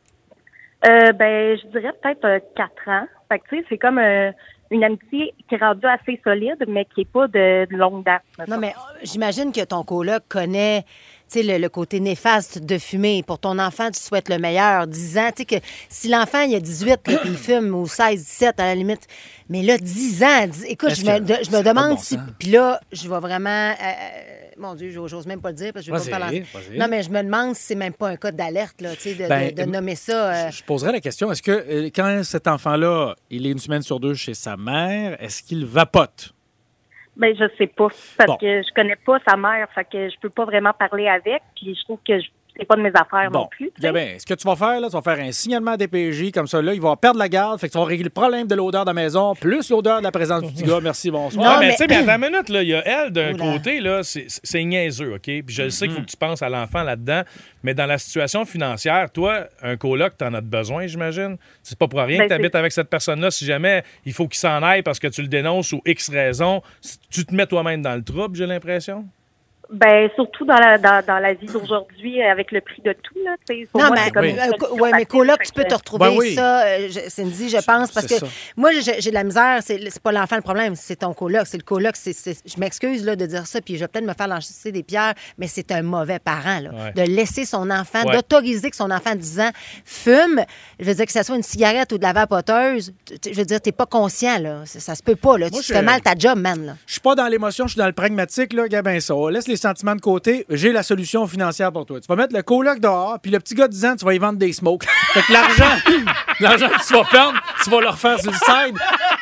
Ben, je dirais peut-être 4 ans. Fait que, tu sais, c'est comme une amitié qui est rendue assez solide, mais qui n'est pas de longue date. Non, mais j'imagine que ton coloc connaît... Tu sais, le côté néfaste de fumer. Pour ton enfant, tu souhaites le meilleur. 10 ans, tu sais que si l'enfant, il a 18 là, puis il fume, ou 16, 17 à la limite, mais là, 10 ans, écoute, je me demande si... Puis là, je vais vraiment... mon Dieu, j'ose même pas le dire parce que je vais pas me faire lancer. Non, mais je me demande si c'est même pas un cas d'alerte, là, tu sais, de nommer ça... Je poserais la question, est-ce que quand cet enfant-là, il est 1 semaine sur 2 chez sa mère, est-ce qu'il vapote? Ben, je sais pas. Parce que je connais pas sa mère. Fait que je peux pas vraiment parler avec. Puis je trouve que c'est pas de mes affaires non plus. Bien, ce que tu vas faire, là, tu vas faire un signalement à DPJ. Comme ça, là, il va perdre la garde. Fait que tu vas régler le problème de l'odeur de la maison, plus l'odeur de la présence du petit gars. Merci, bonsoir. Non, mais tu sais, mais attends une minute, là. Il y a elle d'un côté, là, c'est niaiseux, OK? Puis je sais qu'il faut que tu penses à l'enfant là-dedans. Mais dans la situation financière, toi, un coloc, t'en as besoin, j'imagine. C'est pas pour rien que tu habites avec cette personne-là. Si jamais il faut qu'il s'en aille parce que tu le dénonces ou X raison, tu te mets toi-même dans le trouble, j'ai l'impression. Ben, surtout dans la vie d'aujourd'hui, avec le prix de tout, là. Non, mais mais coloc, tu peux te retrouver ça, Cindy, je pense, parce que moi, j'ai de la misère, c'est pas l'enfant le problème, c'est ton coloc. C'est le coloc, je m'excuse là, de dire ça, puis je vais peut-être me faire lancer des pierres, mais c'est un mauvais parent, là, de laisser son enfant, d'autoriser que son enfant de 10 ans fume, je veux dire que ce soit une cigarette ou de la vapoteuse, je veux dire, t'es pas conscient, là. Ça se peut pas, là. Moi, tu fais mal ta job, man, là. Je suis pas dans l'émotion, je suis dans le pragmatique, là, Gabin, ça. Laisse les sentiments de côté, j'ai la solution financière pour toi. Tu vas mettre le coloc dehors, puis le petit gars de 10 ans, tu vas y vendre des smokes. Fait que l'argent que tu vas perdre, tu vas le refaire sur le side.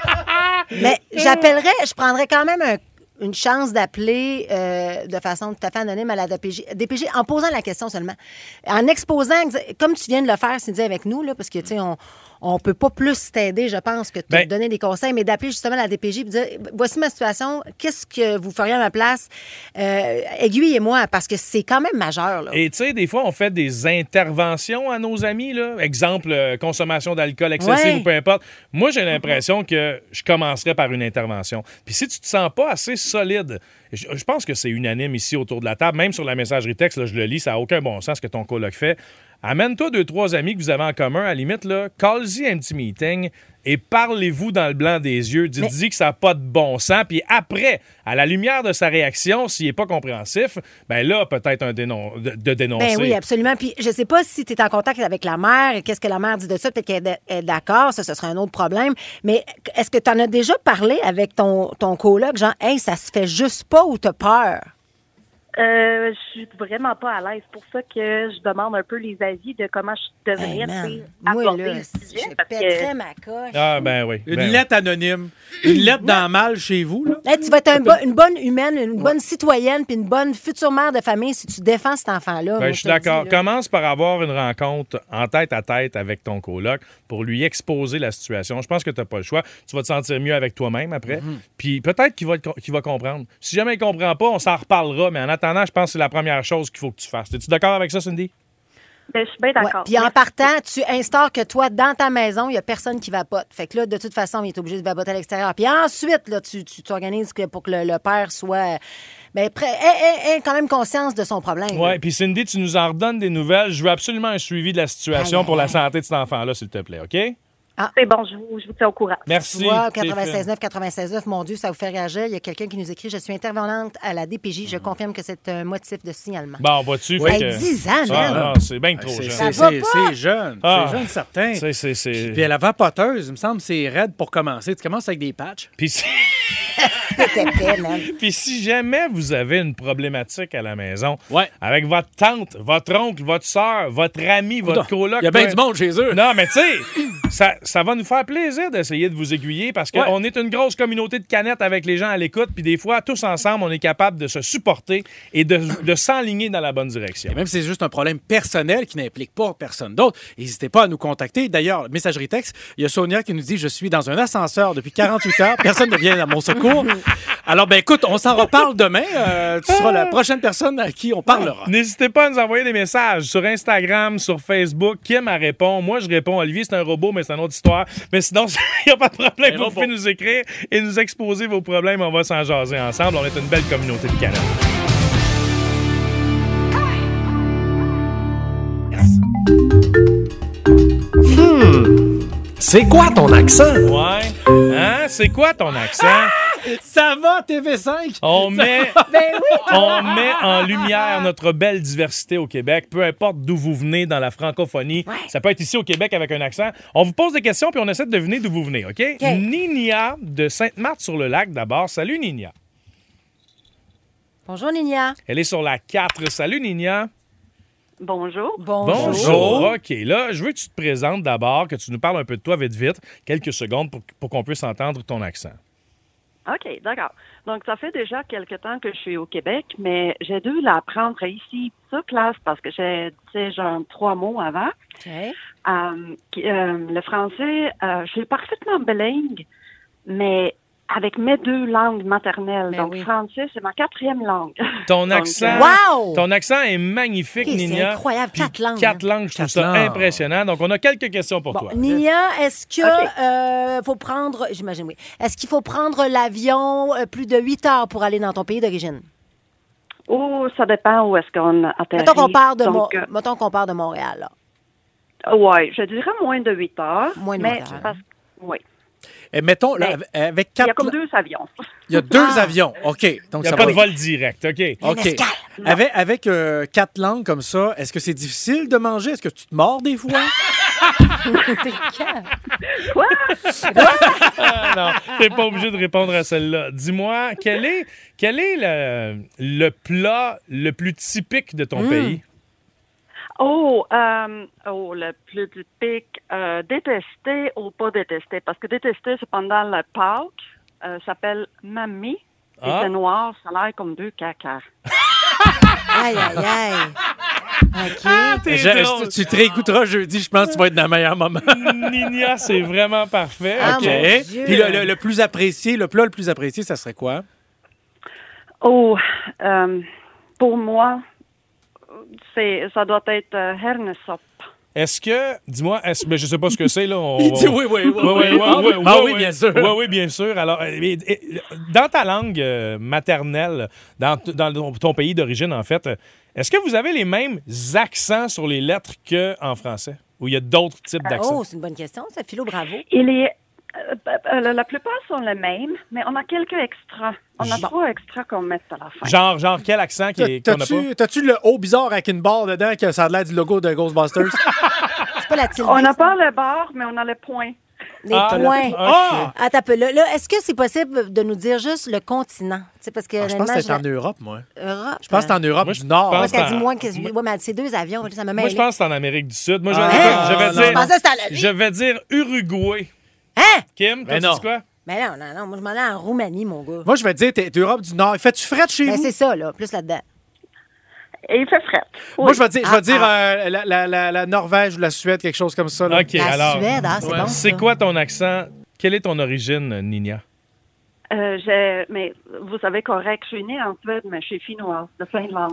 Mais je prendrais quand même une chance d'appeler de façon tout à fait anonyme à la DPJ en posant la question seulement. En exposant, comme tu viens de le faire, Cindy, avec nous, là, parce que, tu sais, on peut pas plus t'aider, je pense, que de te donner des conseils, mais d'appeler justement la DPJ et dire, voici ma situation, qu'est-ce que vous feriez à ma place? Aiguillez-moi, parce que c'est quand même majeur. Là. Et tu sais, des fois, on fait des interventions à nos amis, là. Exemple, consommation d'alcool excessive ou peu importe. Moi, j'ai l'impression que je commencerais par une intervention. Puis si tu te sens pas assez solide, je pense que c'est unanime ici autour de la table, même sur la messagerie texte, là, je le lis, ça n'a aucun bon sens ce que ton coloc fait. Amène-toi 2-3 amis que vous avez en commun, à la limite, là, call-y un petit meeting et parlez-vous dans le blanc des yeux. Dites-y que ça n'a pas de bon sens. Puis après, à la lumière de sa réaction, s'il n'est pas compréhensif, ben là, peut-être de dénoncer. Ben oui, absolument. Puis je sais pas si tu es en contact avec la mère et qu'est-ce que la mère dit de ça. Peut-être qu'elle est d'accord, ça, ce serait un autre problème. Mais est-ce que tu en as déjà parlé avec ton coloc, genre, hey, ça se fait juste pas ou t'as peur? Je suis vraiment pas à l'aise. C'est pour ça que je demande un peu les avis de comment je devrais aborder le sujet. Je pèterais ma coche. Ah, ben oui. Une lettre anonyme. Une lettre dans mal chez vous. Là. Hey, tu vas être une bonne humaine, une bonne citoyenne puis une bonne future mère de famille si tu défends cet enfant-là. Ben, je suis d'accord. Commence par avoir une rencontre en tête à tête avec ton coloc pour lui exposer la situation. Je pense que tu n'as pas le choix. Tu vas te sentir mieux avec toi-même après. Puis peut-être qu'il va comprendre. Si jamais il ne comprend pas, on s'en reparlera. Mais en attendant, je pense que c'est la première chose qu'il faut que tu fasses. Es-tu d'accord avec ça, Cindy? Ben, je suis bien d'accord. Ouais. Puis en partant, tu instaures que toi, dans ta maison, il n'y a personne qui vapote. Fait que là, de toute façon, il est obligé de vapoter à l'extérieur. Puis ensuite, là, tu organises pour que le père soit ait quand même conscience de son problème. Oui, puis Cindy, tu nous en redonnes des nouvelles. Je veux absolument un suivi de la situation pour la santé de cet enfant-là, s'il te plaît, OK? Ah. C'est bon, je vous tiens au courant. Merci. Tu vois, 96.9, mon Dieu, ça vous fait réagir. Il y a quelqu'un qui nous écrit « Je suis intervenante à la DPJ. Je confirme que c'est un motif de signalement. » Bon, vois-tu? Oui. 10 ans, non, c'est bien trop jeune. C'est jeune. C'est jeune, certain. Puis la vapoteuse, il me semble, c'est raide pour commencer. Tu commences avec des patchs. Puis Puis si jamais vous avez une problématique à la maison, avec votre tante, votre oncle, votre soeur, votre ami, votre coloc... Il y a bien du monde chez eux. Non, mais tu sais, ça va nous faire plaisir d'essayer de vous aiguiller parce qu'on est une grosse communauté de canettes avec les gens à l'écoute, puis des fois, tous ensemble, on est capable de se supporter et de s'enligner dans la bonne direction. Et même si c'est juste un problème personnel qui n'implique pas personne d'autre, n'hésitez pas à nous contacter. D'ailleurs, messagerie texte, il y a Sonia qui nous dit « Je suis dans un ascenseur depuis 48 heures. Personne ne vient à mon secours. » Alors, ben écoute, on s'en reparle demain. Tu seras la prochaine personne à qui on parlera. N'hésitez pas à nous envoyer des messages sur Instagram, sur Facebook. Kim répond. Moi, je réponds. Olivier, c'est un robot, mais c'est une autre histoire. Mais sinon, il n'y a pas de problème. Vous pouvez nous écrire et nous exposer vos problèmes. On va s'en jaser ensemble. On est une belle communauté de Canada. C'est quoi ton accent? Ouais. Hein? C'est quoi ton accent? Ça va, TV5? On met en lumière notre belle diversité au Québec, peu importe d'où vous venez dans la francophonie. Ouais. Ça peut être ici au Québec avec un accent. On vous pose des questions puis on essaie de deviner d'où vous venez, OK? Ninia de Sainte-Marthe-sur-le-Lac d'abord. Salut, Ninia. Bonjour, Ninia. Elle est sur la 4. Salut, Ninia. Bonjour. Bonjour. OK. Là, je veux que tu te présentes d'abord, que tu nous parles un peu de toi vite, quelques secondes pour qu'on puisse entendre ton accent. OK, d'accord. Donc, ça fait déjà quelque temps que je suis au Québec, mais j'ai dû l'apprendre ici sur place parce que j'ai genre 3 mots avant. Okay. Le français, je suis parfaitement bilingue, mais avec mes 2 langues maternelles. Ben donc, français, c'est ma 4e langue. Ton accent, ton accent est magnifique, Ninia. C'est incroyable, 4 langues. 4 langues, je trouve ça impressionnant. Donc, on a quelques questions pour toi. Ninia, est-ce que faut prendre, j'imagine, oui. Est-ce qu'il faut prendre l'avion plus de 8 heures pour aller dans ton pays d'origine? Oh, ça dépend où est-ce qu'on atterrit. Mettons qu'on part de Montréal, là. Oui, je dirais moins de 8 heures. Moins de 8 heures. Oui. Et mettons, là, avec 4... Il y a comme 2 avions. Il y a 2 avions, OK. Donc il n'y a pas de vol direct, OK. OK. Avec 4 langues comme ça, est-ce que c'est difficile de manger? Est-ce que tu te mords des fois? Quoi? Non, t'es pas obligé de répondre à celle-là. Dis-moi, quel est le plat le plus typique de ton pays? Le plus typique, détesté ou pas détesté. Parce que détesté, c'est pendant la Pâques, s'appelle mamie. Et c'est noir, ça a l'air comme 2 caca. Aïe, aïe, aïe. OK. Tu te réécouteras jeudi, je pense que tu vas être dans le meilleur moment. Ninia, c'est vraiment parfait. Ah, OK. mon Dieu. Puis le plus apprécié, le plat le plus apprécié, ça serait quoi? Oh, pour moi, ça doit être hernesopp. Est-ce que, dis-moi, mais je sais pas ce que c'est, là. Il dit oui, bien sûr. Oui, bien sûr. Alors, dans ta langue maternelle, dans ton pays d'origine, en fait, est-ce que vous avez les mêmes accents sur les lettres qu'en français? Ou il y a d'autres types d'accents? Oh, c'est une bonne question, ça. Philo, bravo. La plupart sont les mêmes, mais on a quelques extras. On a 3 extras qu'on met à la fin. Genre quel accent qu'on n'a pas? T'as-tu le haut bizarre avec une barre dedans que ça a l'air du logo de Ghostbusters? C'est pas la tilde. On n'a pas le bar, mais on a le point. Les points. Okay. Attends un peu. Là, est-ce que c'est possible de nous dire juste le continent? Parce que, je pense que c'est en Europe, moi. Europe? Je pense que c'est en Europe du Nord. Parce qu'elle dit moins que... Oui, mais c'est 2 avions. Ça me met. Moi, je pense que c'est en Amérique du Sud. Moi, je vais dire Uruguay. Hein? Kim, tu dis quoi? Mais non. Moi, je m'en allais en Roumanie, mon gars. Moi, je vais te dire, t'es d'Europe du Nord. Fais-tu fret chez vous? C'est ça, là. Plus là-dedans. Et il fait fret. Oui. Moi, je vais dire la Norvège ou la Suède, quelque chose comme ça. Là. OK, la alors. Suède, c'est bon. C'est ça. quoi ton accent? Quelle est ton origine, Ninia? Mais vous savez correct, je suis née en Suède, mais je suis finnoise de Finlande.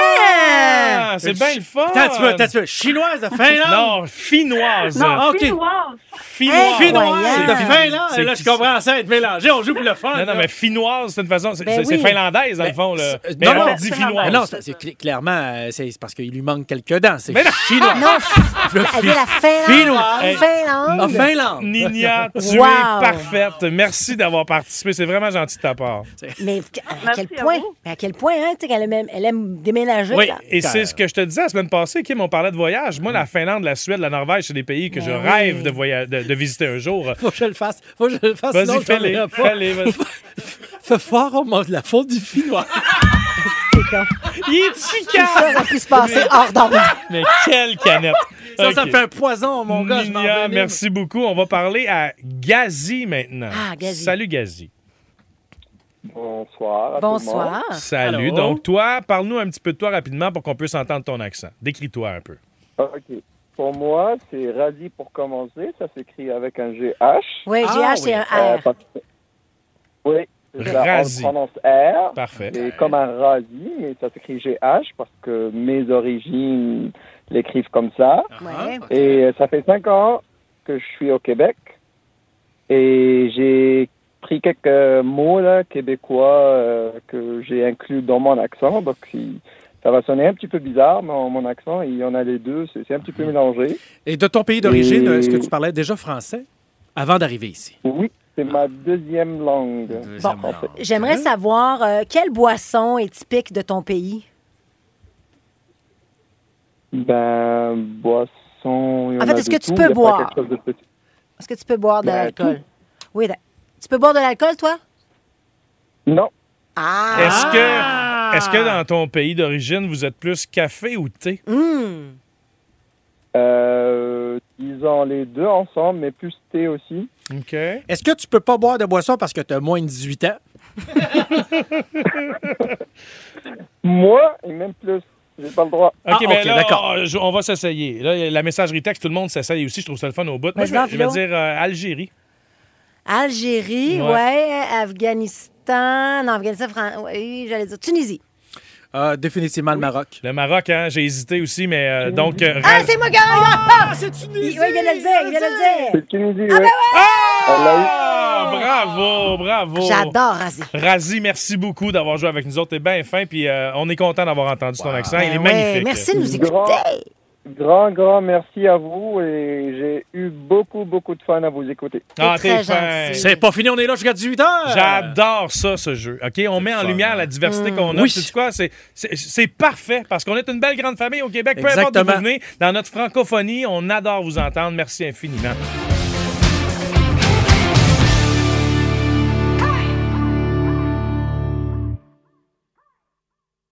Ah! C'est bien le fun! Attends, tu veux chinoise de Finlande? Non, finnoise. Non, OK. finnoise. Finnoise. C'est de Finlande. Là, je comprends ça, être mélangé. On joue pour le fun. Non, mais finnoise, c'est une façon. C'est Ben oui. finlandaise, dans le fond. Là. Mais non, on dit finnoise. Non, clairement, c'est parce qu'il lui manque quelques dents. C'est Mais non. chinois. Non, elle dit la Finlande. Finlande. Finlande. Ninia, tu Wow. es parfaite. Merci d'avoir participé. C'est vraiment gentil de ta part. Mais à quel Merci à point? vous. Mais à quel point, hein? Tu sais, elle aime déménager. Oui, là. et c'est ce que je te disais la semaine passée, Kim, on parlait de voyage. Moi, la Finlande, la Suède, la Norvège, c'est des pays que je rêve de visiter un jour. Faut que je le fasse. Vas-y, fais-les. Vas-y. Fais voir au monde de la faute du finnois. Il est-tu Tout ça aurait pu se passer hors d'onde. Mais quelle canette! Ça OK. fait un poison, mon gars. je m'en Ninia, venime. merci beaucoup. On va parler à Gazi maintenant. Ah, Gazi. Salut, Gazi. Bonsoir. Bonsoir. Salut. Allô? Donc, toi, parle-nous un petit peu de toi rapidement pour qu'on puisse entendre ton accent. Décris-toi un peu. OK. Pour moi, c'est Razi pour commencer. Ça s'écrit avec un GH. Oui, GH, c'est un R. Oui, c'est ça, Razi. on prononce R. Parfait. C'est comme un Razi, mais ça s'écrit GH parce que mes origines l'écrivent comme ça. Ouais. Et ça fait 5 ans que je suis au Québec. Et j'ai pris quelques mots là, québécois que j'ai inclus dans mon accent. Donc, ça va sonner un petit peu bizarre, mais mon accent, il y en a les deux. C'est un petit peu mélangé. Et de ton pays d'origine, est-ce que tu parlais déjà français avant d'arriver ici? Oui, c'est ma deuxième langue. Bon, j'aimerais savoir quelle boisson est typique de ton pays? Ben, boisson... En fait, est-ce que tu peux boire? Est-ce que tu peux boire de Ben, l'alcool? Oui, tu peux boire de l'alcool, toi? Non. Ah! Est-ce que dans ton pays d'origine, vous êtes plus café ou thé? Disons les deux ensemble, mais plus thé aussi. OK. Est-ce que tu peux pas boire de boisson parce que tu as moins de 18 ans? Moi, et même plus. J'ai pas le droit. OK, Ah, ben OK, là, d'accord. on va s'essayer. Là, la messagerie texte, tout le monde s'essaye aussi. Je trouve ça le fun au bout. Moi, je Vas-y, vais Philo. dire Algérie. Algérie, Ouais. ouais. Afghanistan. Non, Afghanistan, oui, j'allais dire Tunisie. Définitivement le Maroc. Le Maroc, hein, j'ai hésité aussi, mais donc... Ah, c'est moi, gars! c'est Tunisie! Oui, il vient de le dire, il vient de le dire. C'est Tunisie, Ah, ouais. ben ouais! Elle l'a eu. Bravo! J'adore Razi. Razi, merci beaucoup d'avoir joué avec nous autres. T'es bien fin, puis on est content d'avoir entendu ton accent. Il est magnifique. Merci de nous Grand- écouter. Grand merci à vous et j'ai eu beaucoup de fun à vous écouter. Ah, C'est t'es très fin. gentil. C'est pas fini, on est là jusqu'à 18h! J'adore ça, ce jeu. OK? On met en lumière la diversité qu'on a. Oui. Tu sais quoi? C'est parfait parce qu'on est une belle grande famille au Québec. Peu importe d'où Exactement. vous venez, dans notre francophonie, on adore vous entendre. Merci infiniment.